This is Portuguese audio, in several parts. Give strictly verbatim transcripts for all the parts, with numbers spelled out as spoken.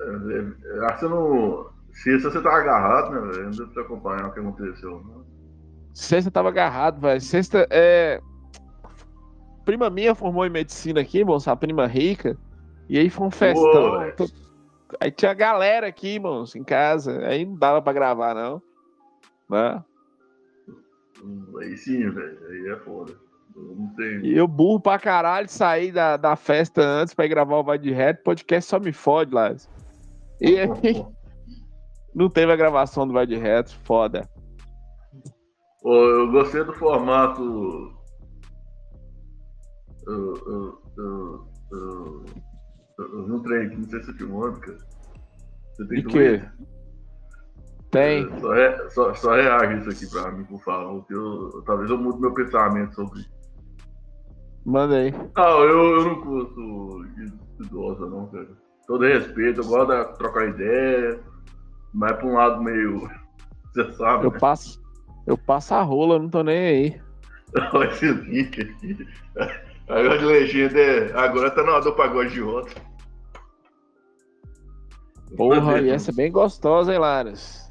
É, acho que você não. Se você tá agarrado, né, velho? Não deu pra acompanhar o que aconteceu, né? Sexta tava agarrado, velho. Sexta é. Prima minha formou em medicina aqui, moça, a prima rica. E aí foi um Pô, festão. to- Aí tinha galera aqui, moço, em casa. Aí não dava pra gravar, não. Né? aí sim, velho. Aí é foda. Eu não E tem. eu burro pra caralho, saí da, da festa antes pra ir gravar o Vai de Reto. Podcast só me fode, lá. E aí não teve a gravação do Vai de Reto, foda. Pô, eu gostei do formato. Eu, eu, eu, eu, eu vi um trem aqui, não sei se você filmou, cara. Você tem De quê? Twitter? Tem. É, só, re, só, só reage isso aqui pra mim, por favor, que eu, talvez eu mude meu pensamento sobre. Manda aí. Não, eu, eu não curto idosa, não, cara. Todo respeito, eu gosto de trocar ideia, mas pra um lado meio. Você sabe, Eu né? passo, eu passo a rola, não tô nem aí. Olha esse link aqui. Agora de legenda é. Agora tá na hora do pagode de outro. Porra, e essa é bem gostosa, hein, Laras?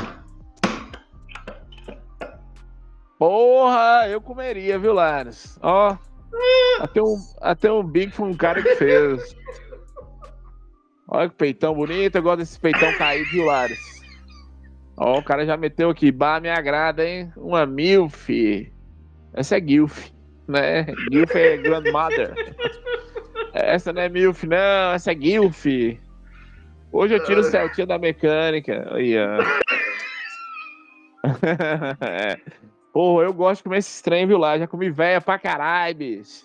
Porra, eu comeria, viu, Laras? Ó, até um, até um bico foi um cara que fez. Olha que peitão bonito, eu gosto desse peitão caído, viu, Laras? Ó, o cara já meteu aqui, bah, me agrada, hein? Uma milf. Essa é Gilf, né? Gilf é grandmother. Essa não é milf, não, essa é Gilf. Hoje eu tiro o Celtinha da mecânica. Aí, ó. Porra, eu gosto de comer esse trem, viu, lá? Já comi véia pra caralho, bicho.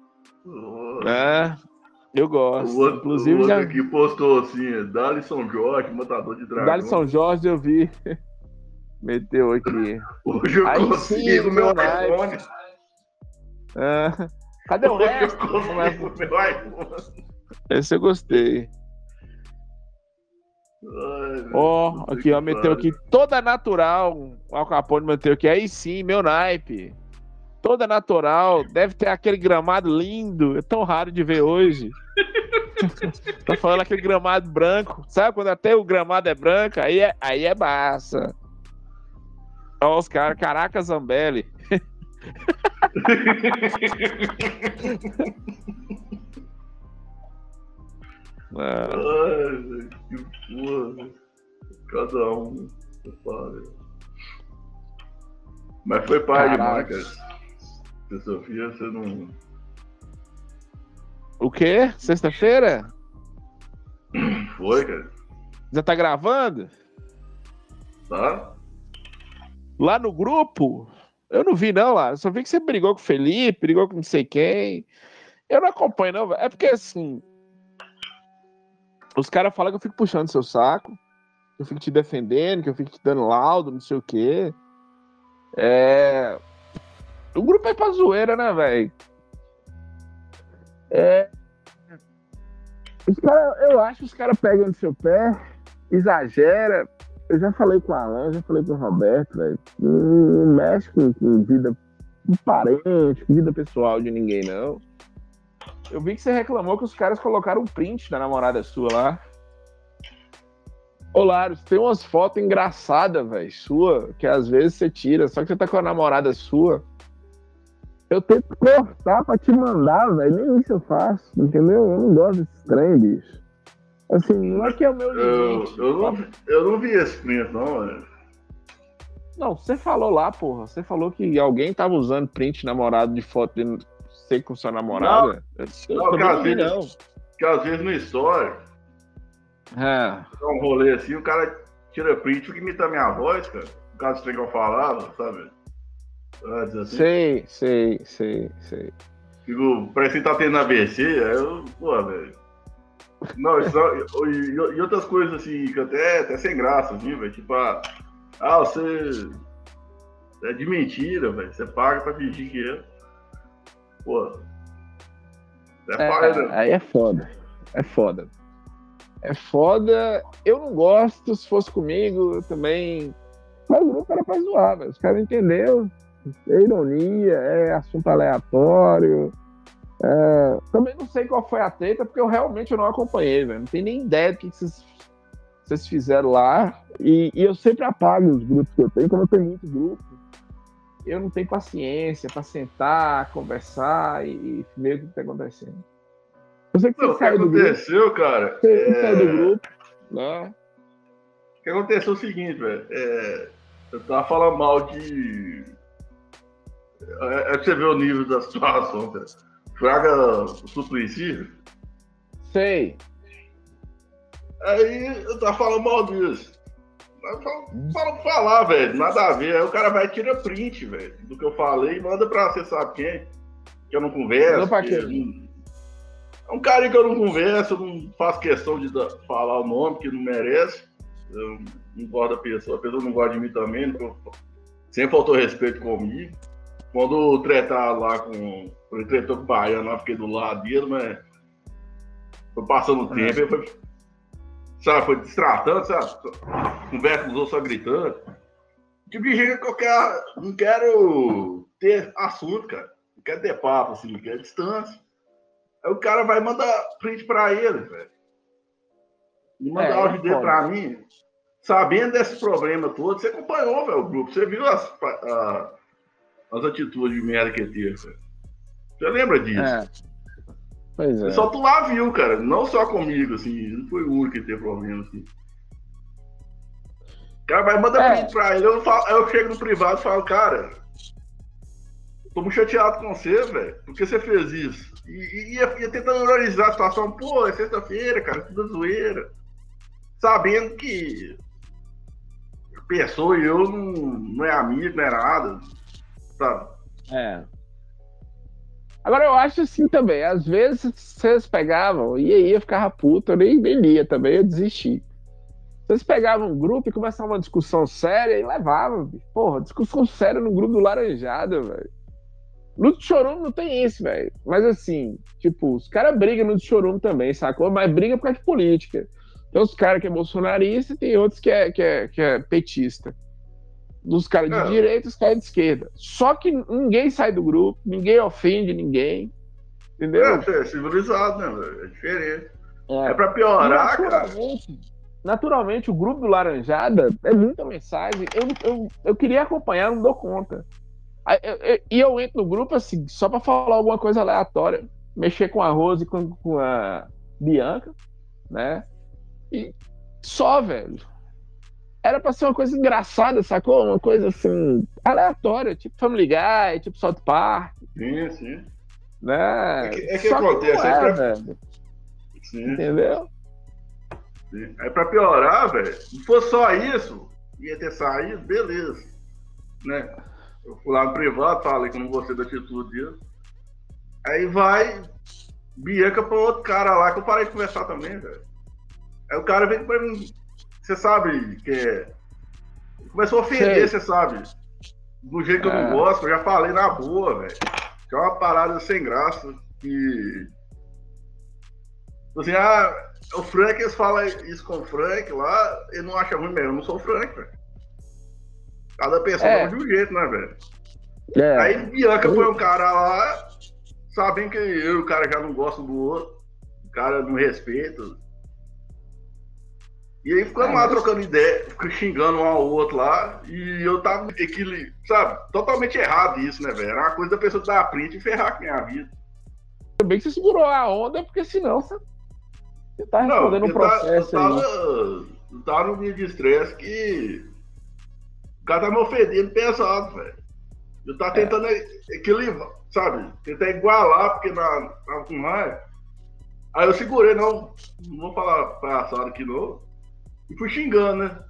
É, eu O gosto. outro, o Inclusive, outro já. aqui postou assim: Dali São Jorge, matador de Dali São dragões. Jorge eu vi. Meteu aqui. Hoje eu Aí sim, consigo o meu meu naipe. iPhone. Ah, cadê o Hoje eu resto? consigo meu iPhone. Esse eu gostei. Ó, oh, aqui, ó, meteu aqui toda natural. O Al Capone meteu aqui. Aí sim, meu naipe. Toda natural. Deve ter aquele gramado lindo. É tão raro de ver hoje. Tô falando aquele gramado branco. Sabe quando até o gramado é branco? Aí é, aí é massa. Ó, os caras. Caraca, Zambelli. Ai, que porra. Cada um. Mas foi pai demais, cara. Você, Sofia, você não. O quê? Sexta-feira? Foi, cara. Já tá gravando? Tá? Lá no grupo? Eu não vi, não, lá. Eu só vi que você brigou com o Felipe, brigou com não sei quem. Eu não acompanho, não, velho. É porque, assim. Os caras falam que eu fico puxando seu saco, que eu fico te defendendo, que eu fico te dando laudo, não sei o quê. É. O grupo é pra zoeira, né, velho? É. Os cara, eu acho que os caras pegam no seu pé, exagera. Eu já falei com o Alan, já falei com o Roberto, velho. Não mexe com, com vida com parente, com vida pessoal de ninguém, não. Eu vi que você reclamou que os caras colocaram um print da namorada sua lá. Ô, Laros, tem umas fotos engraçadas, velho, sua, que às vezes você tira, só que você tá com a namorada sua. Eu tento cortar pra te mandar, velho. Nem isso eu faço, entendeu? Eu não gosto desse trem, bicho. Assim, não é que é o meu limite. Eu, eu, não, eu não vi esse print, não, velho. Não, você falou lá, porra. Você falou que alguém tava usando print namorado de foto de você com sua namorada. Não, eu não, também não vi, não. Que às vezes no story, É. dá um rolê assim, o cara tira print e imita a minha voz, cara. O caso que eu falava, sabe? Assim. Sei, sei, sei, sei. Fico, parece que tá tendo A B C, aí eu, pô, velho. Não, isso, e, e outras coisas assim, que até, até sem graça, assim, velho. Tipo, ah, ah, você. É de mentira, velho. Você paga pra fingir que é. Pô. É, é paga, né? Aí é foda. É foda. É foda. Eu não gosto, se fosse comigo, eu também. Mas o grupo era pra zoar, velho. Os caras entenderam. É ironia, é assunto aleatório. É, também não sei qual foi a treta, porque eu realmente eu não acompanhei, velho. Não tenho nem ideia do que vocês, vocês fizeram lá. E, e eu sempre apago os grupos que eu tenho, como eu tenho muito grupo. Eu não tenho paciência para sentar, conversar e, e ver o que está acontecendo. Eu sei que Não, você o que saiu do grupo. aconteceu, cara? Você é... saiu do grupo, né? O que aconteceu é o seguinte, velho. É... Eu tava falando mal de. É, é que você vê o nível da situação, cara. Fraga Suplicy. Sei. Aí eu tava falando mal disso. Fala pra falar, velho. Nada a ver. Aí o cara vai e tira print, velho, do que eu falei e manda pra você sabe quem. Que eu não converso. Não pra que quem? É um cara que eu não converso, eu não faço questão de falar o nome, que não merece. Eu não gosto da pessoa, a pessoa não gosta de mim também. Não... Sempre faltou respeito comigo. Quando tretar lá com. Ele tretou com o Baiano lá, fiquei do lado dele, mas. Foi passando o tempo, ele foi. Sabe, foi destratando, sabe? Conversa com os outros só gritando. Tipo de gente que eu quero. Não quero ter assunto, cara. Não quero ter papo, assim, não quero distância. Aí o cara vai mandar print pra ele, velho. E manda É, áudio é dele foda. pra mim. Sabendo desse problema todo, você acompanhou, velho, o grupo. Você viu as, a, as atitudes de merda que ele teve, velho. Você lembra disso? É. Pois é. Só tu lá viu, cara. Não só comigo, assim. Não foi o único que teve problema, assim. O cara vai mandar É. print pra ele. Eu, falo, eu chego no privado e falo, cara, tô muito chateado com você, velho. Por que você fez isso? E, e ia, ia tentando analisar a situação. Pô, é sexta-feira, cara. Tudo zoeira. Sabendo que a pessoa e eu não, não é amigo, não é nada. Sabe? É. Agora eu acho assim também, às vezes vocês pegavam e aí eu ficava puto, eu nem, nem lia também, eu desisti. Vocês pegavam um grupo e começavam uma discussão séria e levavam, bicho. Porra, discussão séria no grupo do Laranjada, velho. No do Chorume não tem isso, velho. Mas assim, tipo, os caras brigam no do Chorume também, sacou? Mas briga por causa de política. Tem uns caras que é bolsonarista e tem outros que é, que é, que é petista. Dos caras de É. direita e os caras de esquerda. Só que ninguém sai do grupo, ninguém ofende ninguém. Entendeu? É, é civilizado, né, velho? É diferente. É, É pra piorar, cara. naturalmente, naturalmente, o grupo do Laranjada é muita mensagem. Eu, eu, eu queria acompanhar, não dou conta. Aí, eu- eu- E eu, entro no grupo assim, só pra falar alguma coisa aleatória. Mexer com a Rose e com, com a Bianca, né? E só, velho. Era pra ser uma coisa engraçada, sacou? Uma coisa assim, aleatória, tipo Family Guy, tipo South Park, Sim, sim. né? É que, é que Só acontece, não é é, pra... velho. Sim, Entendeu? sim. Aí pra piorar, velho, se fosse só isso, ia ter saído, beleza. Né? Eu fui lá no privado, falei que eu não gostei da atitude dele. Aí vai Bianca pra outro cara lá, que eu parei de conversar também, velho. Aí o cara vem pra mim, você sabe que é... Começou a ofender, você sabe. Do jeito que eu É. não gosto, eu já falei na boa, velho. Que é uma parada sem graça. Que. Assim, ah, o Frank, eles falam isso com o Frank lá, ele não acha ruim mesmo. Eu não sou o Frank, velho. Cada pessoa É. é de um jeito, né, velho? É. Aí Bianca foi um cara lá, sabendo que eu e o cara já não gostam do outro, o cara não respeita. E aí ficamos É, lá mas- trocando ideia, ficando xingando um ao outro lá, e eu tava aquele, sabe, totalmente errado isso, né, velho? Era uma coisa da pessoa dar print e ferrar com a minha vida. Ainda bem que você segurou a onda, porque senão você, você tá respondendo um eu, tava, eu, processo aí. tava, eu tava num nível de estresse que o cara tá me ofendendo pesado, velho. Eu tava tentando equilibrar, sabe? Tentar igualar, porque na, tava com raiva. Aí eu segurei, não, não vou falar palhaçada aqui não. E fui xingando, né?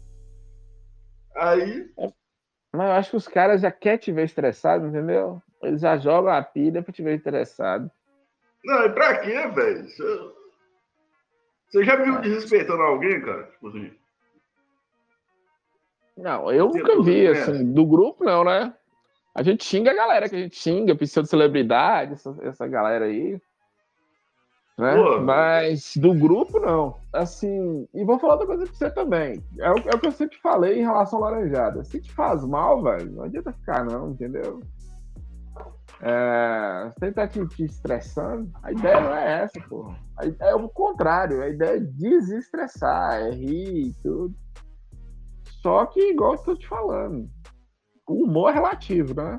Aí, Mas eu acho que os caras já querem te ver estressado, entendeu? Eles já jogam a pilha pra te ver estressado. não, e pra quê, velho? Você, você já me viu desrespeitando alguém, cara? Tipo assim. Não, eu Tem nunca tudo, vi, né? assim, do grupo não, né? A gente xinga a galera que a gente xinga, pseudo-celebridade, essa, essa galera aí. Né? Pô. Mas do grupo, não. Assim, e vou falar outra coisa pra você também. É o, é o que eu sempre falei em relação à laranjada. Se te faz mal, velho, não adianta ficar, não, entendeu? É, você tá te, te estressando. A ideia não é essa, porra. É o contrário. A ideia é desestressar, é rir e tudo. Só que, igual eu tô te falando, o humor é relativo, né?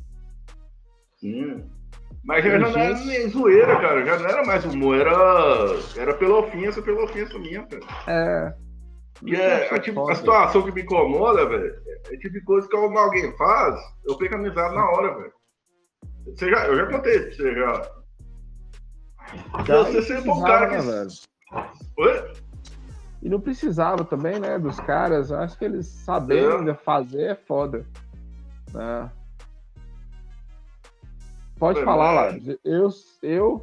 Sim. Mas já não era nem zoeira, cara. Já não era mais humor. Era, era pela ofensa, pela ofensa minha, cara. É. E é, a, tipo, a situação que me incomoda, velho, é tipo de coisa que alguém faz, eu fico amizade na hora, velho. Você já, eu já contei pra você já. já você sempre é um cara que. Né, velho? Oi? E não precisava também, né, dos caras. Acho que eles sabendo é. ainda fazer é foda. Né? Pode Foi, falar, lá. Eu, eu.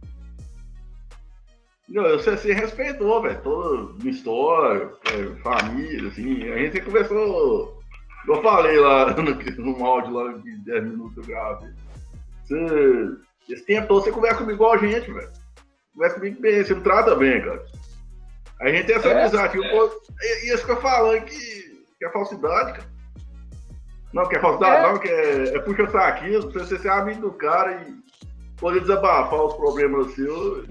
Não, eu sei assim, respeitou, velho. Toda minha história, é, família, assim. A gente conversou. Eu falei lá no, no áudio lá de dez minutos eu gravei. Você, esse tempo todo você conversa comigo igual a gente, velho. Conversa comigo bem, você me trata bem, cara. A gente tem essa é, amizade. É. Eu, e isso que eu falando que, que é falsidade, cara. Não, que é falsidade, é. não, que é, é puxa-saquismo. Você ser amigo do cara e poder desabafar os problemas seus.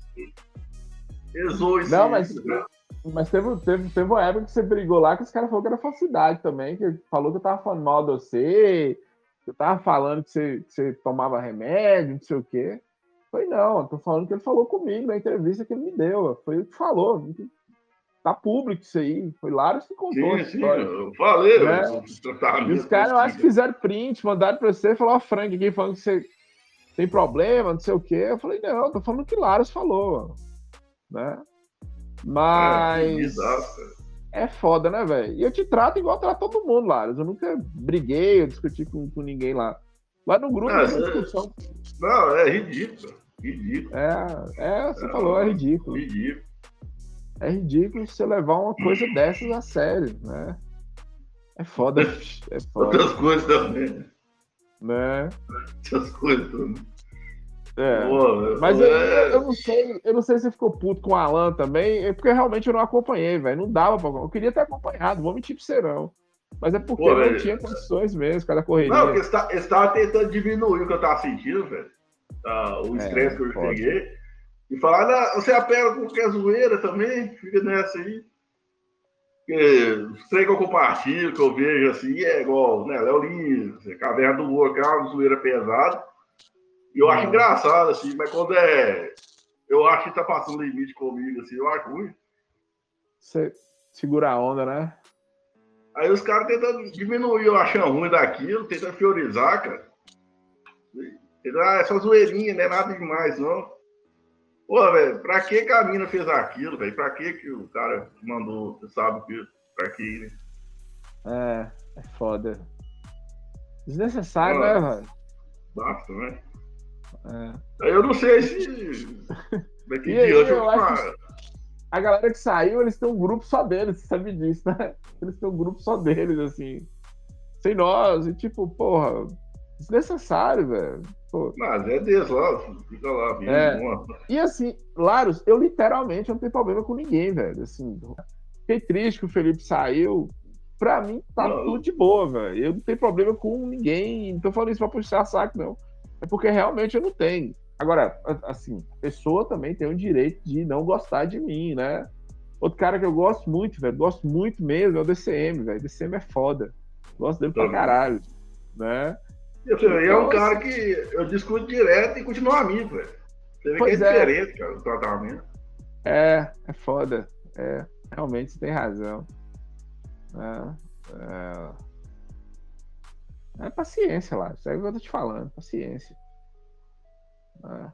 Exou isso. Não, mas, né? mas teve, teve, teve uma época que você brigou lá que os caras falaram que era falsidade também. Que falou que eu tava falando mal de você. Que eu tava falando que você, que você tomava remédio, não sei o quê. Foi não, eu tô falando que ele falou comigo na entrevista que ele me deu. Foi ele que falou. Tá público isso aí. Foi Laros que contou. Sim, sim, eu falei. Né? Eu, e os caras, eu acho que fizeram print, mandaram pra você, falou, ó, Frank aqui falando que você tem problema, não sei o quê. Eu falei, não, eu tô falando que Laros falou. Né? Mas. É, é foda, né, velho? E eu te trato igual eu trato todo mundo, Laros. Eu nunca briguei, eu discuti com, com ninguém lá. Lá no grupo não, não tem discussão. Não, é ridículo. Ridículo. É, é você é, falou, é ridículo. Ridículo. É ridículo você levar uma coisa dessas a sério, né? É foda. É foda. Outras coisas também. Né? Outras coisas também. É. Pô, mas é... eu, eu, não sei, eu não sei se você ficou puto com o Alan também, é porque realmente eu não acompanhei, velho. Não dava pra. Eu queria ter acompanhado, vou mentir pro você não. Mas é porque Pô, não velho. tinha condições mesmo, cada correria. Não, porque você estava tentando diminuir o que eu tava sentindo, velho. Ah, o estresse é, que eu pode. peguei. E falar, não, você apela com qualquer zoeira também, fica nessa aí. Porque os trem que eu compartilho, que eu vejo assim, é igual, né, Léo Lins, Caverna do Morro, que é uma zoeira pesada. E eu acho engraçado, assim, mas quando é. Eu acho que tá passando limite comigo, assim, eu acho ruim. Você segura a onda, né? Aí os caras tentando diminuir eu achando ruim daquilo, tentando fiorizar, cara. Ah, é só zoeirinha, não é nada demais, não. Pô, velho, pra que que a mina fez aquilo, velho? Pra que que o cara mandou, você sabe que, pra que, né? É, é foda. Desnecessário, ah, né, velho? Basta, né? É. Eu não sei se... Daqui e aí, eu acho que a galera que saiu, eles têm um grupo só deles, você sabe disso, né? Eles têm um grupo só deles, assim. Sem nós, e tipo, porra, desnecessário, velho. Pô. Mas é deles lá, fica lá, vindo. É. E assim, Laros, eu literalmente não tenho problema com ninguém, velho. Assim, fiquei triste que o Felipe saiu. Pra mim, tá não. tudo de boa, velho. Eu não tenho problema com ninguém. Não tô falando isso pra puxar saco, não. É porque realmente eu não tenho. Agora, assim, pessoa também tem o direito de não gostar de mim, né? Outro cara que eu gosto muito, velho, gosto muito mesmo, é o D C M, velho. D C M é foda. Gosto dele pra caralho, né? E então, é um cara que eu discuto direto e continuo amigo, velho. Você vê pois que é, é diferente, cara, o tratamento. É, é foda. É, realmente você tem razão. É, é... é paciência lá, isso é o que eu tô te falando, paciência. É.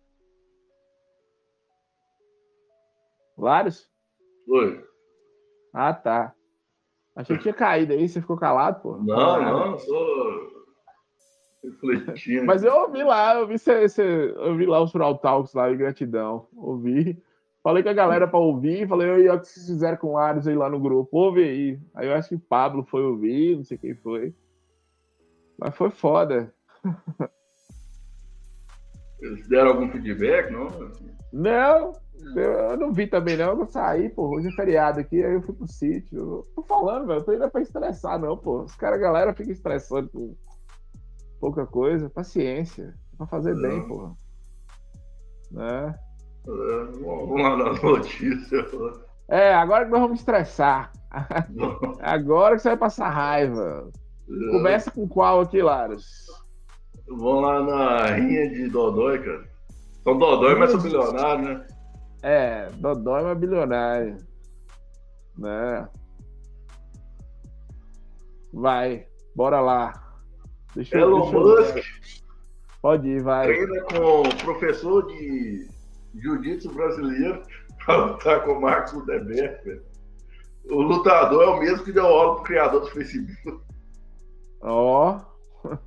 Vários? Oi. Ah, tá. Achei que tinha caído aí, você ficou calado, pô. Não, não, não sou refletindo. Mas eu ouvi lá, eu ouvi, cê, cê, eu ouvi lá os Rural Talks lá, de gratidão. Ouvi. Falei com a galera pra ouvir, falei, eu e o que vocês fizeram com o Ares aí lá no grupo, ouve aí. Aí eu acho que o Pablo foi ouvir, não sei quem foi. Mas foi foda. Eles deram algum feedback, não? Não, eu não vi também não, eu saí, pô, hoje é feriado aqui, aí eu fui pro sítio. Eu tô falando, velho, eu tô indo pra estressar não, pô. Os caras, a galera fica estressando. Pô. pouca coisa. Paciência. É pra fazer bem, porra. Né? É, vamos lá na notícia. É, agora que nós vamos estressar. Agora que você vai passar raiva. Começa com qual aqui, Laros? Vamos lá na rinha de Dodói, cara. Então Dodói, mas sou bilionário, né? É, Dodói, mas bilionário. Né? Vai, bora lá. Deixa eu, Elon deixa eu... Musk Pode ir, vai. treina com professor de jiu-jitsu brasileiro para lutar com o Marcos Zuckerberg, velho. O lutador é o mesmo que deu aula pro criador do Facebook. Ó. Oh.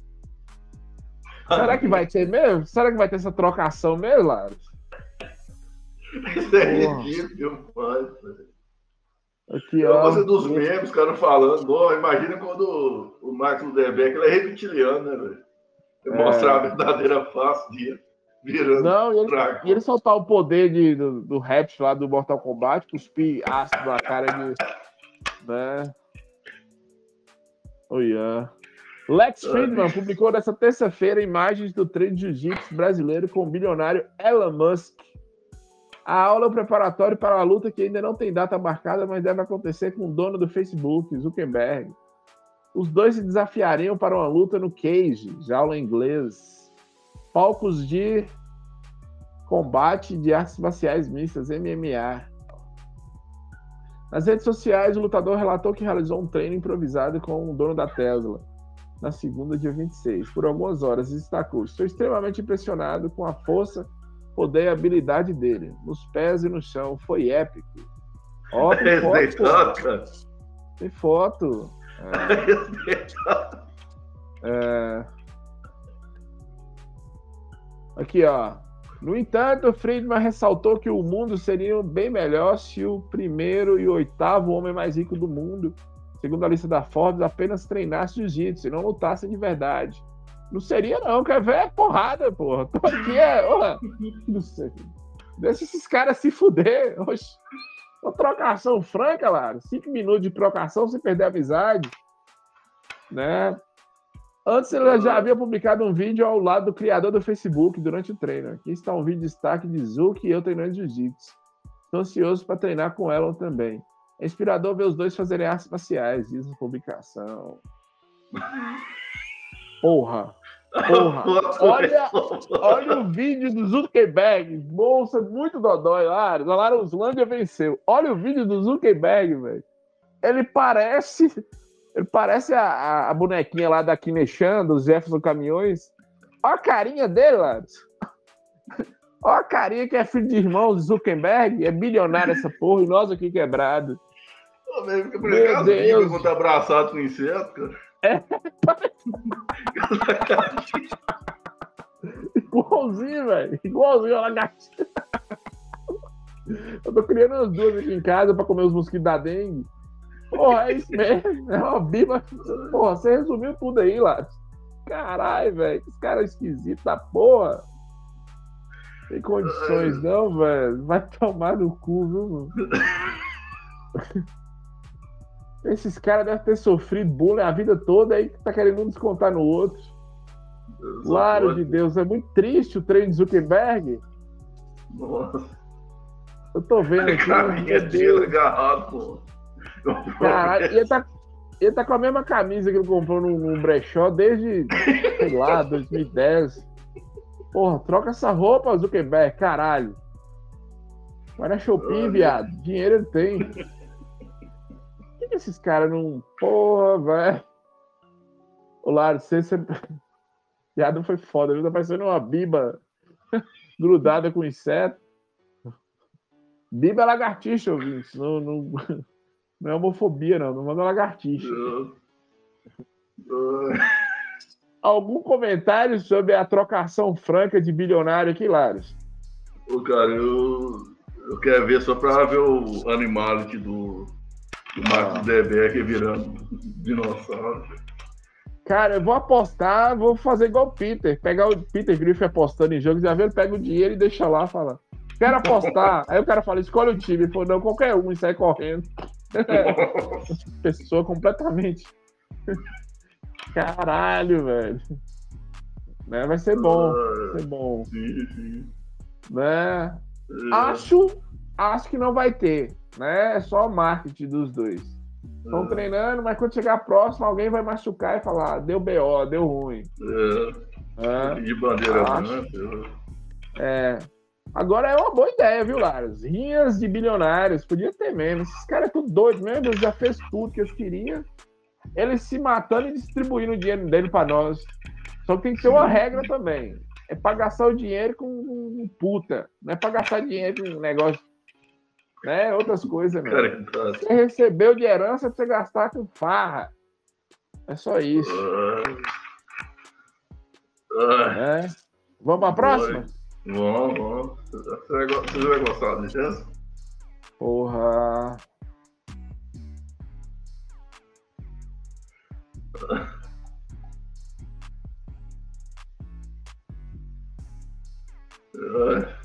Será que vai ter mesmo? Será que vai ter essa trocação mesmo, Laros? Isso é ridículo, pai. Aqui, Eu ó. gosto dos memes, cara, falando. Oh, imagina quando o Marcos Zuckerberg, ele é reptiliano, né, velho? É. Mostrar a verdadeira face dele, virando. Não, e ele, e ele soltar o poder de, do, do rap lá do Mortal Kombat, cuspir ácido na cara de. Né? Oh, yeah. Lex Friedman publicou nesta terça-feira imagens do treino de jiu-jitsu brasileiro com o bilionário Elon Musk. A aula é o preparatório para a luta que ainda não tem data marcada, mas deve acontecer com o dono do Facebook, Zuckerberg. Os dois se desafiariam para uma luta no cage, jaula em inglês. Palcos de combate de artes marciais mistas, M M A. Nas redes sociais, o lutador relatou que realizou um treino improvisado com o dono da Tesla, na segunda, dia vinte e seis, por algumas horas, e destacou: estou extremamente impressionado com a força, poder e habilidade dele. Nos pés e no chão. Foi épico. Ó, tem foto. Tem foto. É. É. Aqui, ó. No entanto, Friedman ressaltou que o mundo seria bem melhor se o primeiro e o oitavo homem mais rico do mundo, segundo a lista da Forbes, apenas treinasse jiu-jitsu e não lutasse de verdade. Não seria, não, quer ver? É porrada, porra. Tô aqui, é. Porra. Não sei. Deixa esses caras se fuder. Oxe. Uma trocação franca, Lara. Cinco minutos de trocação sem perder a amizade. Né? Antes, ele já havia publicado um vídeo ao lado do criador do Facebook durante o treino. Aqui está um vídeo de destaque de Zuki e eu treinando jiu-jitsu. Estou ansioso para treinar com Elon também. É inspirador ver os dois fazerem artes marciais, diz a publicação. Porra! Porra! Olha, olha o vídeo do Zuckerberg. Bolsa muito dodói, Lara. A Lara Uslândia venceu. Olha o vídeo do Zuckerberg, velho. Ele parece... Ele parece a, a, a bonequinha lá da Kinechan, dos Jefferson Caminhões. Olha a carinha dele, Lara. Olha a carinha que é filho de irmão de Zuckerberg. É bilionário essa porra e nós aqui quebrados. Meu Deus. Quando tá abraçado com inseto, cara. É. Igualzinho, velho. Igualzinho a lagartixa. Eu tô criando as duas aqui em casa pra comer os mosquitos da dengue. Porra, é isso mesmo. É uma biba. Porra, você resumiu tudo aí, Lázaro. Caralho, velho. Esse cara é esquisito da porra. Tem condições, não, velho. Vai tomar no cu, viu, mano? Esses caras devem ter sofrido bullying a vida toda aí que tá querendo um descontar no outro. Claro de Deus, é muito triste o treino de Zuckerberg. Nossa. Eu tô vendo aqui. Caminha dele agarrado, pô. Caralho, ele tá, ele tá com a mesma camisa que ele comprou no, no brechó desde, sei lá, dois mil e dez. Porra, troca essa roupa, Zuckerberg, caralho. Vai na Shopee, viado. Dinheiro ele tem. Por que, que esses caras não... Porra, velho. Ô, Laro, você... você... Viado foi foda, viu? Tá parecendo uma biba grudada com inseto. Biba é lagartixa, ouvinte. Não, não, não é homofobia, não. Não manda lagartixa. Algum comentário sobre a trocação franca de bilionário aqui, Laros? Ô, cara, eu, eu quero ver só pra ver o animality do, do Marcos Zuckerberg virando dinossauro. Cara, eu vou apostar, vou fazer igual o Peter. Pegar o Peter Griffin apostando em jogos, já vê, ele pega o dinheiro e deixa lá, fala. Quero apostar. Aí o cara fala, escolhe o time. Ele falou, não, qualquer um, e sai correndo. Pessoa completamente... Caralho, velho. Né? Vai ser bom, Ah, vai ser bom. Sim, sim. Né? É, Acho, acho que não vai ter, né? É só marketing dos dois. Estão é, treinando, mas quando chegar próximo, alguém vai machucar e falar, deu B O, deu ruim. é. Né? De bandeira Acho. branca. É. Agora é uma boa ideia, viu, Laros? Rinhas de bilionários, podia ter mesmo. Esses caras tudo doidos mesmo, Deus já fez tudo que eles queriam. Eles se matando e distribuindo o dinheiro dele para nós. Só que tem que ter uma regra também. É para gastar o dinheiro com, com puta. Não é para gastar dinheiro com negócio. Né? Outras coisas, meu. Cara, que tá. Você recebeu de herança para você gastar com farra. É só isso. Ah, Né? Vamos para a próxima? Vamos, vamos. Você vai, go- você vai gostar disso? Porra. Ah.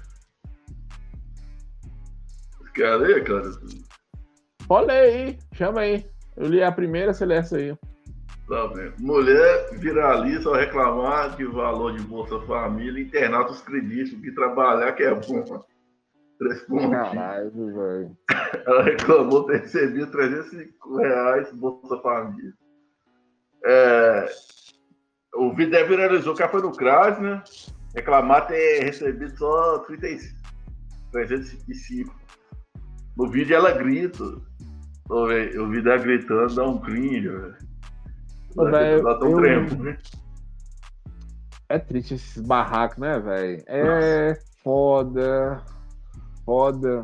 Quer ler, cara? Pode ler aí. Chama aí. Eu li a primeira, você lê essa aí. Tá bem. Mulher viraliza ao reclamar de valor de Bolsa Família, internatos acreditam que trabalhar que é bom. Três pontos. Caralho, velho. Ela reclamou ter recebido trezentos e cinco reais Bolsa Família. É, o vídeo viralizou, o cara foi no CRAS, né? Reclamar ter recebido só trinta e cinco, trezentos e cinco. No vídeo ela grita. Ô, véio, o vídeo ela gritando, dá um cringe, velho. Ô, véio, Dá tão eu- tremo, né? É triste esses barracos, né, velho? É foda. Foda.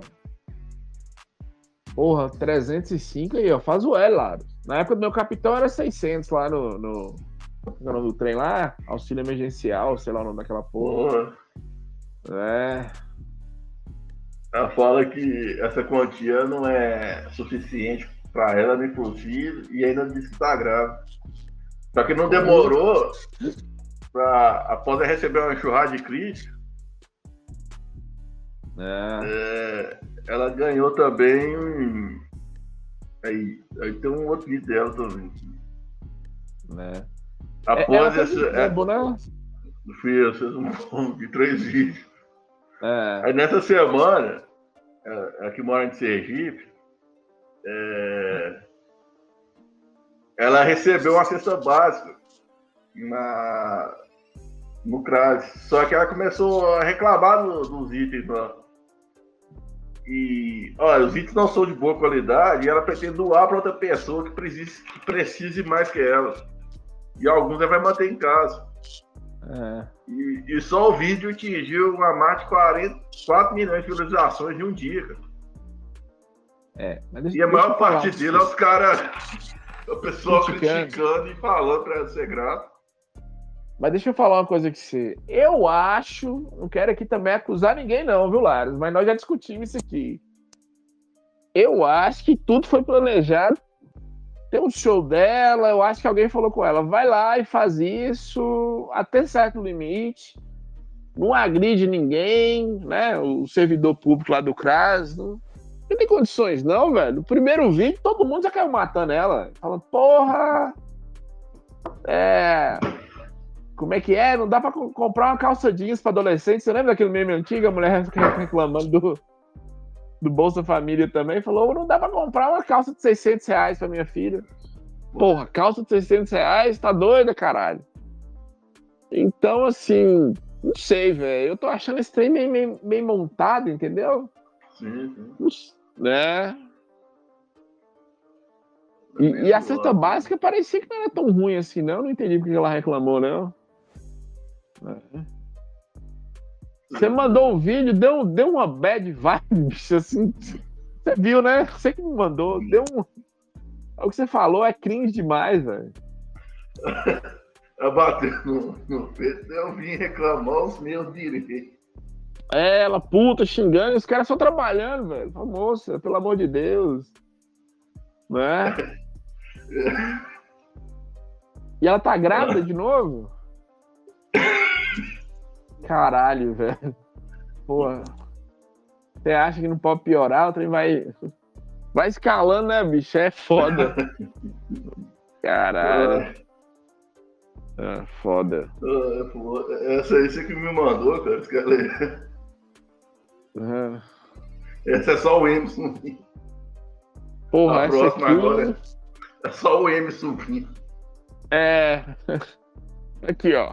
Porra, trezentos e cinco aí, ó. Faz o L, lá. Na época do meu capitão era seiscentos lá no. no... no nome do trem lá, auxílio emergencial, sei lá o nome daquela porra. Porra. É. Ela fala que essa quantia não é suficiente para ela nem pro filho e ainda diz que tá grávida. Só que não demorou pra, após ela receber uma enxurrada de crítica, É. é, ela ganhou também um. Aí, aí tem um outro vídeo dela também. Né? Após é, esse. É, É, bom, né? fez um de três vídeos. É. Aí nessa semana, ela que mora em Sergipe, é, ela recebeu uma cesta básica na, no CRAS. Só que ela começou a reclamar do, dos itens lá. E, olha, os itens não são de boa qualidade e ela pretende doar para outra pessoa que precise, que precise mais que ela. E alguns ela vai manter em casa. É. E, e só o vídeo atingiu uma marca de quarenta, quatro milhões de visualizações em um dia, cara. É. Mas deixa, E a deixa maior eu falar parte pra dele é vocês. os caras, o pessoal Criticando. criticando e falando pra ela ser grato. Mas deixa eu falar uma coisa que você. Eu acho, não quero aqui também acusar ninguém, não, viu, Laros? Mas nós já discutimos isso aqui. Eu acho que tudo foi planejado. Tem um show dela, eu acho que alguém falou com ela, vai lá e faz isso até certo limite. Não agride ninguém, né? O servidor público lá do CRAS. Não, não tem condições, não, velho. No primeiro vídeo, todo mundo já caiu matando ela. Falando, porra. É. Como é que é? Não dá pra co- comprar uma calça jeans pra adolescente. Você lembra daquele meme antigo? A mulher reclamando do, do Bolsa Família também. Falou, não dá pra comprar uma calça de seiscentos reais pra minha filha. Porra, calça de seiscentos reais? Tá doida, caralho. Então, assim, não sei, velho. Eu tô achando esse trem meio, meio, meio montado, entendeu? Sim, sim. Não s- Né? E, e a cesta básica parecia que não era tão ruim assim, não. Não entendi porque ela reclamou, não. É. Você mandou um vídeo, deu, deu uma bad vibe, bicho, assim. Você viu, né? Você que me mandou. Deu um. O que você falou é cringe demais, velho. Ela bateu no, no peito, eu vim reclamar os meus direitos. É, ela puta, xingando, e os caras só trabalhando, velho. Fala, moça, pelo amor de Deus. Né? E ela tá grávida de novo? Caralho, velho. Porra. Você acha que não pode piorar? O trem vai. Vai escalando, né, bicho? É foda. Caralho. É, foda. Ah, pô, essa aí você que me mandou, cara. Esse cara aí. Uhum. Essa é só o Emerson. Porra, A essa próxima aqui... agora é só o Emerson. É... Aqui, ó.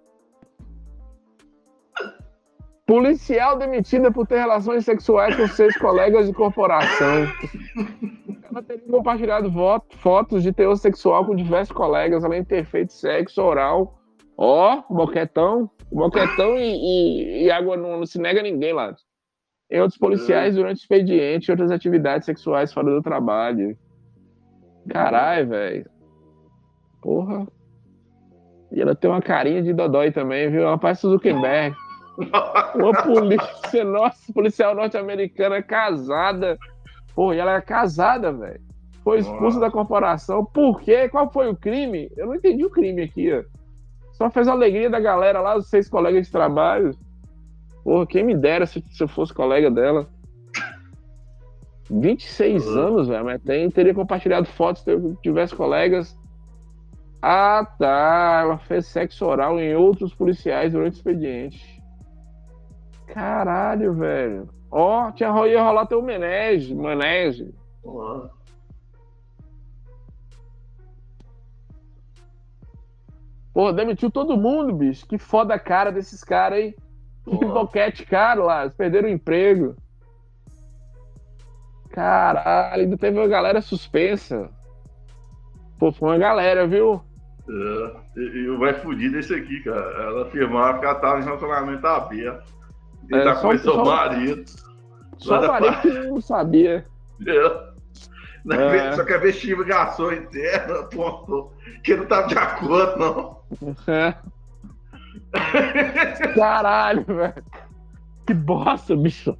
Policial demitida por ter relações sexuais com seus colegas de corporação. Ela teria compartilhado voto, fotos de teor sexual com diversos colegas, além de ter feito sexo oral. Ó, boquetão. Boquetão e, e, e água não, não se nega a ninguém lá. Em outros policiais durante o expediente e outras atividades sexuais fora do trabalho. Caralho, velho. Porra. E ela tem uma carinha de dodói também, viu? Ela parece Zuckerberg. Uma polícia, nossa, policial norte-americana casada. Porra, e ela é casada, velho. Foi expulsa da corporação. Por quê? Qual foi o crime? Eu não entendi o crime aqui, ó. Só fez a alegria da galera lá, os seis colegas de trabalho. Porra, quem me dera se, se eu fosse colega dela. vinte e seis uhum. anos, velho, mas tem, teria compartilhado fotos se eu tivesse colegas. Ah, tá. Ela fez sexo oral em outros policiais durante o expediente. Caralho, velho. Ó, oh, tinha, ia rolar teu menege, manege. Uhum. Pô, demitiu todo mundo, bicho. Que foda a cara desses caras aí. Que boquete caro lá. Eles perderam o emprego. Caralho, ainda teve uma galera suspensa. Pô, foi uma galera, viu? É, e o mais fudido é esse aqui, cara. Ela afirmava que ela tava em relacionamento aberto. E é, tá com seu só, marido. Só o marido que não sabia. É. É. Só quer ver investigação interna, ponto. Que não tava de acordo, não. É. Caralho, velho. Que bosta, bicho.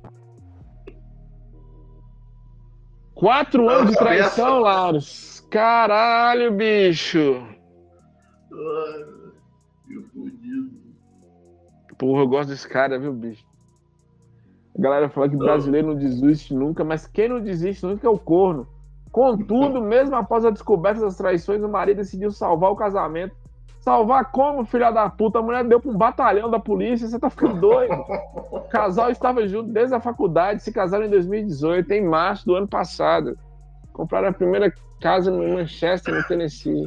Quatro não, anos de traição, Laros. Caralho, bicho. Ai, que fodido. Porra, eu gosto desse cara, viu, bicho? A galera fala que brasileiro não desiste nunca, mas quem não desiste nunca é o corno. Contudo, mesmo após a descoberta das traições, o marido decidiu salvar o casamento. Salvar como, filha da puta? A mulher deu pra um batalhão da polícia, você tá ficando doido. O casal estava junto desde a faculdade, se casaram em dois mil e dezoito, em março do ano passado. Compraram a primeira casa em Manchester, no Tennessee.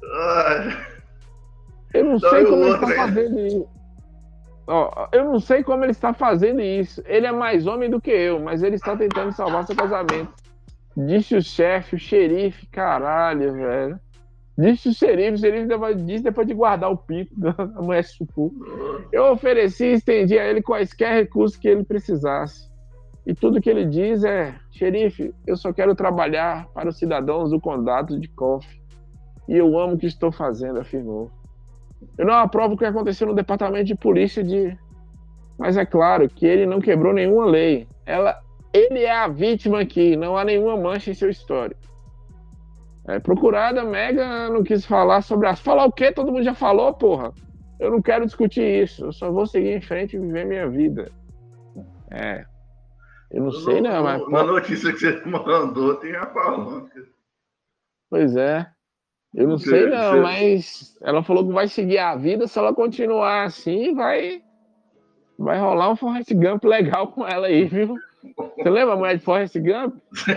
Eu não sei como ele está fazendo isso. Ó, eu não sei como ele está fazendo isso. Ele é mais homem do que eu, mas ele está tentando salvar seu casamento. Disse o chefe, o xerife, caralho, velho. Disse o xerife, o xerife disse depois de guardar o pico da mulher chupu. Eu ofereci e estendi a ele quaisquer recursos que ele precisasse. E tudo que ele diz é: xerife, eu só quero trabalhar para os cidadãos do condado de Coffee. E eu amo o que estou fazendo, afirmou. Eu não aprovo o que aconteceu no departamento de polícia de... Mas é claro que ele não quebrou nenhuma lei. Ela... Ele é a vítima aqui, não há nenhuma mancha em seu histórico. É, procurada, Mega não quis falar sobre as... Falar o quê? Todo mundo já falou, porra. Eu não quero discutir isso, eu só vou seguir em frente e viver minha vida. É. Eu não sei, não, mas... Uma notícia que você mandou tem a falando. Pois é. Eu não sei, não, mas ela falou que vai seguir a vida, se ela continuar assim, vai... Vai rolar um Forrest Gump legal com ela aí, viu? Você lembra a mulher de Forrest Gump?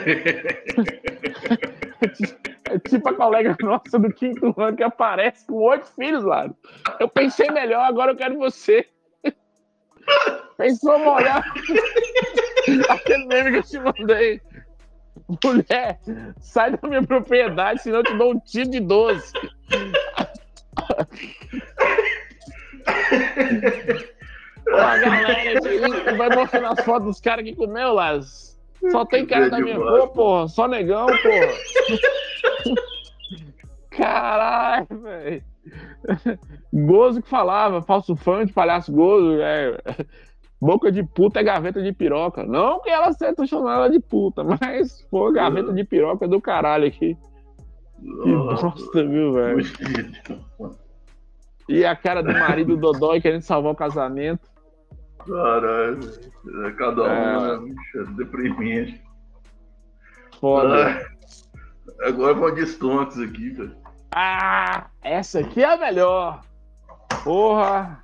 É tipo a colega nossa do quinto ano que aparece com oito filhos lá. Eu pensei melhor, agora eu quero você. Pensou molhar? Aquele meme que eu te mandei. Mulher, sai da minha propriedade, senão eu te dou um tiro de doze. Pô, a galera que vai mostrando as fotos dos caras que comeu lá. Só tem cara da minha cor, porra. Só negão, porra. Caralho, velho. Gozo que falava, falso fã de palhaço Gozo. É... Boca de puta é gaveta de piroca. Não que ela seja chamando ela de puta, mas, pô, gaveta de piroca do caralho aqui. Que bosta, viu, velho? E a cara do marido Dodói querendo salvar o casamento. Caralho, cada um é, é deprimente. Foda. Ah, agora vou de Stonks aqui, cara. Ah, essa aqui é a melhor. Porra!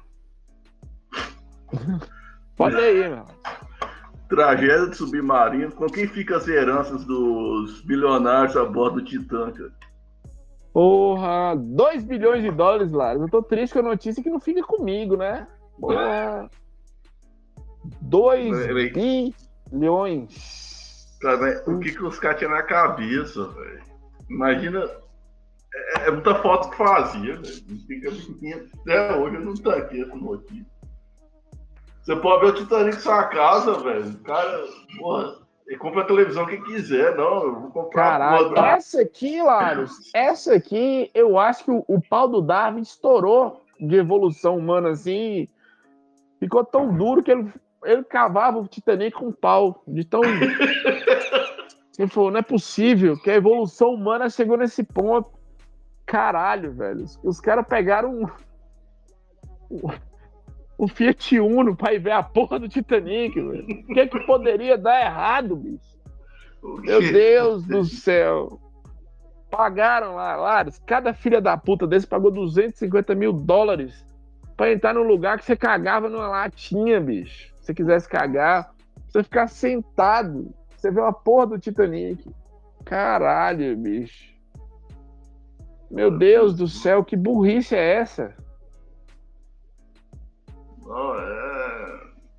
Pode aí, meu. Tragédia de submarino. Com quem ficam as heranças dos bilionários a bordo do Titã, cara? Porra! dois bilhões de dólares, Laros. Eu tô triste com a notícia que não fica comigo, né? Porra! dois bilhões. Cara, o que, que os caras tinham na cabeça, velho? Imagina. É, é muita foto que fazia, velho. Até hoje eu não tanquei essa notícia. Você pode ver o Titanic em sua casa, velho. O cara, porra, ele compra a televisão que quiser, não. Eu vou comprar. Caralho, uma... essa aqui, Laros, essa aqui, eu acho que o, o pau do Darwin estourou de evolução humana assim. Ficou tão duro que ele, ele cavava o Titanic com pau. De tão. Ele falou, não é possível que a evolução humana chegou nesse ponto. Caralho, velho. Os, os caras pegaram um, um, um Fiat Uno pra ir ver a porra do Titanic, velho. O que que poderia dar errado, bicho? Meu Deus do céu. Pagaram lá, Laros. Cada filha da puta desse pagou duzentos e cinquenta mil dólares pra entrar num lugar que você cagava numa latinha, bicho. Se você quisesse cagar, você ficar sentado. Você vê uma porra do Titanic. Caralho, bicho. Meu Deus do céu, que burrice é essa? Não, é...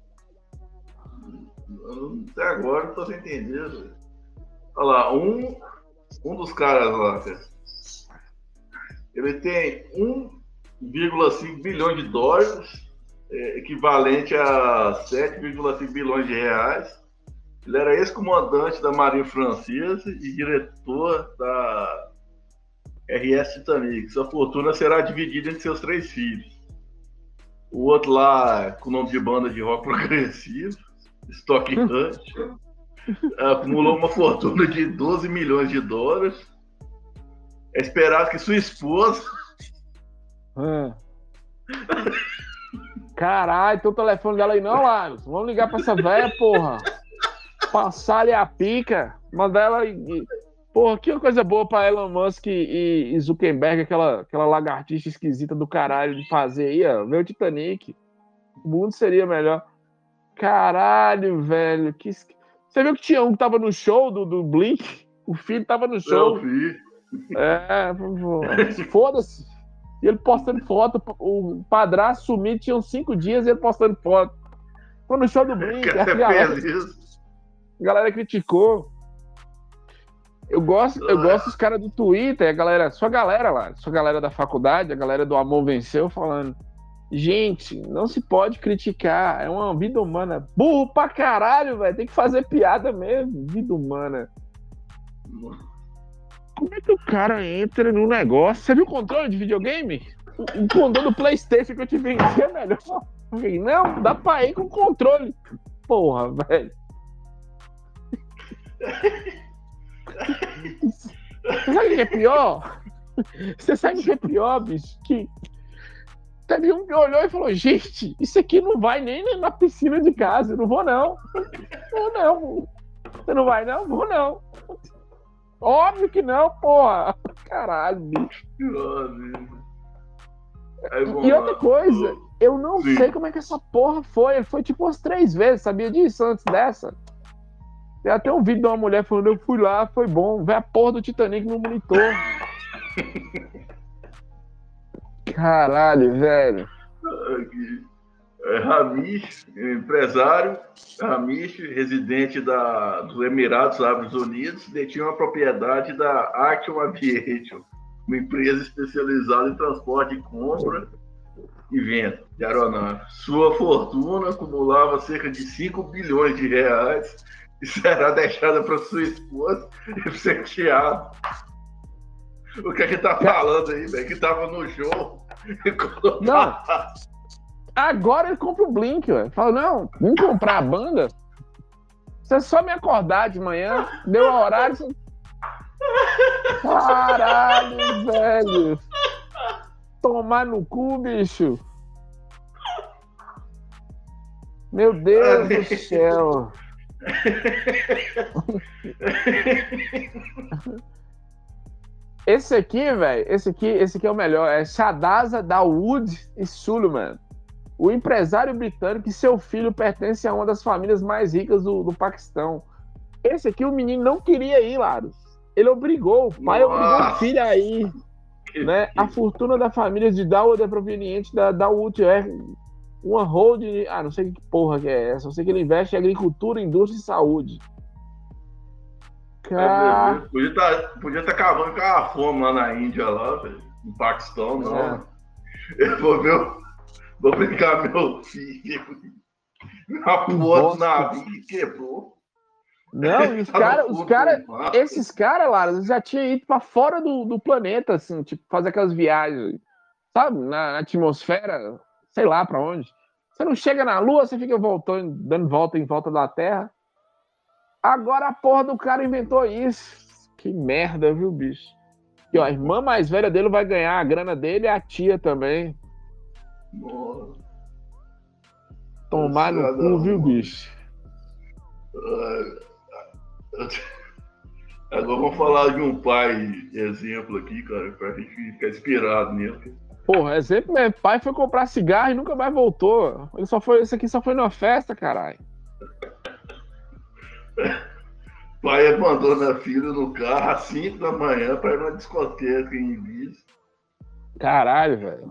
Até agora eu tô sem entender. Véio. Olha lá, um, um dos caras lá, cara, ele tem um vírgula cinco bilhões de dólares, é, equivalente a sete vírgula cinco bilhões de reais. Ele era ex-comandante da Marinha Francesa e diretor da R S Titanic. Sua fortuna será dividida entre seus três filhos. O outro lá, com o nome de banda de rock progressivo, Stock Hunt, acumulou uma fortuna de doze milhões de dólares. É esperado que sua esposa... Hum. Caralho, tem o telefone dela aí não, Laros. Vamos ligar pra essa velha, porra. Passar-lhe a pica, mandar ela. Porra, que coisa boa pra Elon Musk e, e Zuckerberg, aquela, aquela lagartixa esquisita do caralho de fazer aí, ó. Ver o Titanic. O mundo seria melhor. Caralho, velho. Que... Você viu que tinha um que tava no show do, do Blink? O filho tava no show. Eu vi. É, foda-se. E ele postando foto. O padrasto sumiu, tinham cinco dias e ele postando foto. Foi no show do Blink. A galera, a galera criticou. Eu gosto, eu gosto dos caras do Twitter, a galera, sua galera lá, sua galera da faculdade, a galera do Amor Venceu, falando: gente, não se pode criticar, é uma vida humana. Burro pra caralho, velho, tem que fazer piada mesmo, vida humana. Como é que o cara entra no negócio? Você viu o controle de videogame? O, o controle do PlayStation que eu te vendi é melhor. Não, dá pra ir com o controle. Porra, velho. Você sabe o que é pior? Você sabe o que é pior, bicho? Que teve um que olhou e falou: gente, isso aqui não vai nem na piscina de casa. Eu não vou, não. Vou, não. Você não vai, não? Vou, não. Óbvio que não, porra. Caralho, bicho. E outra coisa, eu não Sim. sei como é que essa porra foi. Ele foi tipo umas três vezes, sabia disso antes dessa? Tem até um vídeo de uma mulher falando: eu fui lá, foi bom. Vê a porra do Titanic no monitor. Caralho, velho. É, Hamish, empresário, Hamish, residente da, dos Emirados Árabes Unidos, detinha uma propriedade da Action Aviation, uma empresa especializada em transporte de compra e venda de aeronaves. Sua fortuna acumulava cerca de cinco bilhões de reais e será deixada para sua esposa e seu teatro. O que a gente tá falando aí, velho? Que tava no show. Não. Agora ele compra o Blink, velho. Fala: não, vamos comprar a banda. Você só me acordar de manhã, deu o horário. Você... Caralho, velho. Tomar no cu, bicho. Meu Deus do céu. Esse aqui, velho, esse aqui, esse aqui é o melhor. É Shahdaza Dawood e Suleiman, o empresário britânico que seu filho pertence a uma das famílias mais ricas do, do Paquistão. Esse aqui o menino não queria ir, Laros. Ele obrigou, o pai Nossa. obrigou o filho a ir. Né? A fortuna da família de Dawood é proveniente da Dawood, é uma holding. Ah, não sei que porra que é essa. Eu sei que ele investe em agricultura, indústria e saúde. Car... É, podia estar tá, podia tá acabando com a fome lá na Índia, lá, véio, no Paquistão, não. É. Eu vou ver, vou brincar meu filho na porra do navio que quebrou. Não, e os caras, os cara, esses caras lá, eles já tinham ido pra fora do, do planeta, assim, tipo, fazer aquelas viagens, sabe, na, na atmosfera, sei lá pra onde. Você não chega na Lua, você fica voltando, dando volta em volta da Terra. Agora a porra do cara inventou isso. Que merda, viu, bicho? E ó, a irmã mais velha dele vai ganhar a grana dele e a tia também. Nossa. Tomar no cu, viu, bicho? Agora vamos falar de um pai exemplo aqui, cara, pra gente ficar inspirado nele. Porra, exemplo mesmo. Pai foi comprar cigarro e nunca mais voltou. Ele só foi, esse aqui só foi numa festa, caralho. Pai abandona a filha no carro às cinco da manhã pra ir numa discoteca em Ibiza. Caralho, velho.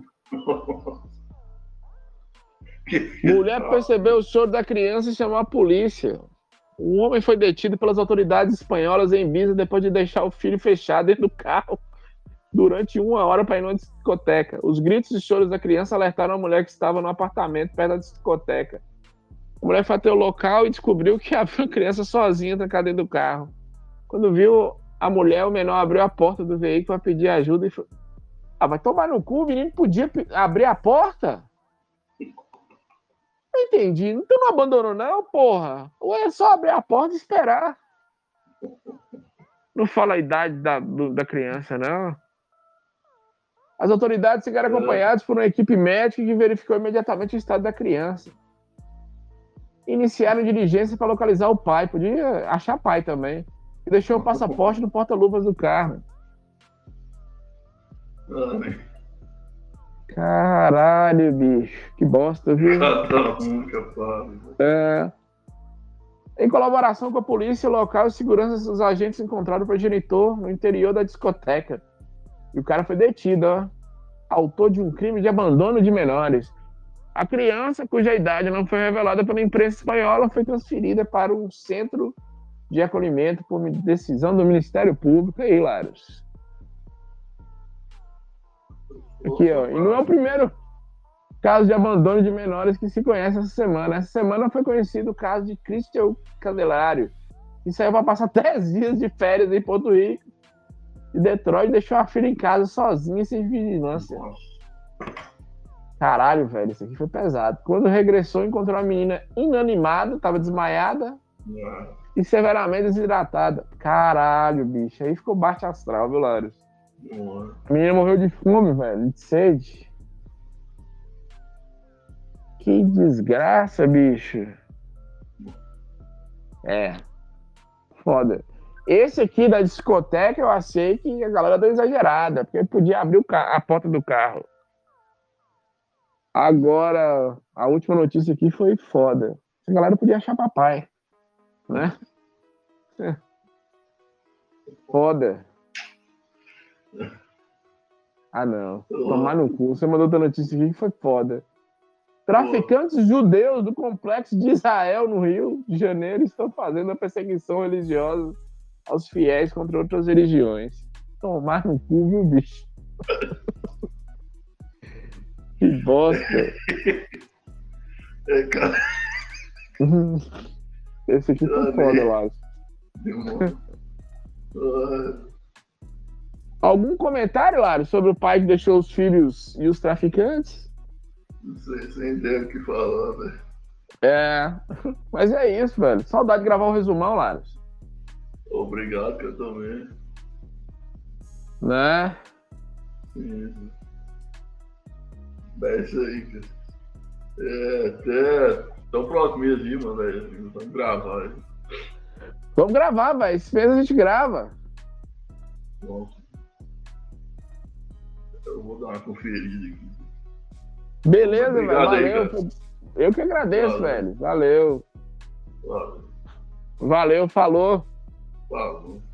Mulher percebeu o choro da criança e chamou a polícia. Um homem foi detido pelas autoridades espanholas em Ibiza depois de deixar o filho fechado dentro do carro durante uma hora para ir numa discoteca. Os gritos e choros da criança alertaram a mulher que estava no apartamento perto da discoteca. A mulher foi até o local e descobriu que havia uma criança sozinha trancada dentro do carro. Quando viu a mulher, o menor abriu a porta do veículo para pedir ajuda e falou: ah, vai tomar no cu, o menino podia abrir a porta? Não entendi. Então não abandonou não, porra. Ou é só abrir a porta e esperar. Não fala a idade da, do, da criança, não. As autoridades ficaram acompanhadas por uma equipe médica que verificou imediatamente o estado da criança. Iniciaram diligência para localizar o pai. Podia achar pai também. E deixou o passaporte no porta-luvas do carro. Ai. Caralho, bicho. Que bosta, viu? É. Em colaboração com a polícia local e segurança, os agentes encontraram o progenitor no interior da discoteca. E o cara foi detido, ó. Autor de um crime de abandono de menores. A criança, cuja idade não foi revelada pela imprensa espanhola, foi transferida para um centro de acolhimento por decisão do Ministério Público. Aí, Laros. Aqui, ó. E não é o primeiro caso de abandono de menores que se conhece essa semana. Essa semana foi conhecido o caso de Christian Candelário, que saiu para passar dez dias de férias em Porto Rico. E Detroit deixou a filha em casa sozinha, sem vigilância. Caralho, velho, isso aqui foi pesado. Quando regressou, encontrou a menina inanimada, tava desmaiada e severamente desidratada. Caralho, bicho. Aí ficou baixo astral, viu, Laros? A menina morreu de fome, velho, de sede. Que desgraça, bicho. É. Foda. Esse aqui da discoteca eu achei que a galera deu exagerada, porque podia abrir o ca- a porta do carro. Agora, a última notícia aqui foi foda. A galera podia achar papai, né? É. Foda. Ah, não. Tomar no cu. Você mandou outra notícia aqui que foi foda. Traficantes judeus do complexo de Israel, no Rio de Janeiro, estão fazendo a perseguição religiosa aos fiéis contra outras religiões. Tomar no cu, viu, bicho? Que bosta. É, cara. Esse aqui foi foda, eu acho. Algum comentário, Lário, sobre o pai que deixou os filhos e os traficantes? Não sei, sem ideia do que falar, velho. É, mas é isso, velho. Saudade de gravar o resumão, Lário. Obrigado, que eu também. Né? Sim. É isso aí, cara. É, até, até o próximo mês aí, mano, velho. Vamos gravar aí. Vamos gravar, velho. Esse mês a gente grava. Bom. eu vou dar uma conferida aqui. Beleza, velho. Obrigado aí, Valeu. cara. Eu que agradeço, Valeu. velho. Valeu. Valeu. Valeu, falou. Falou.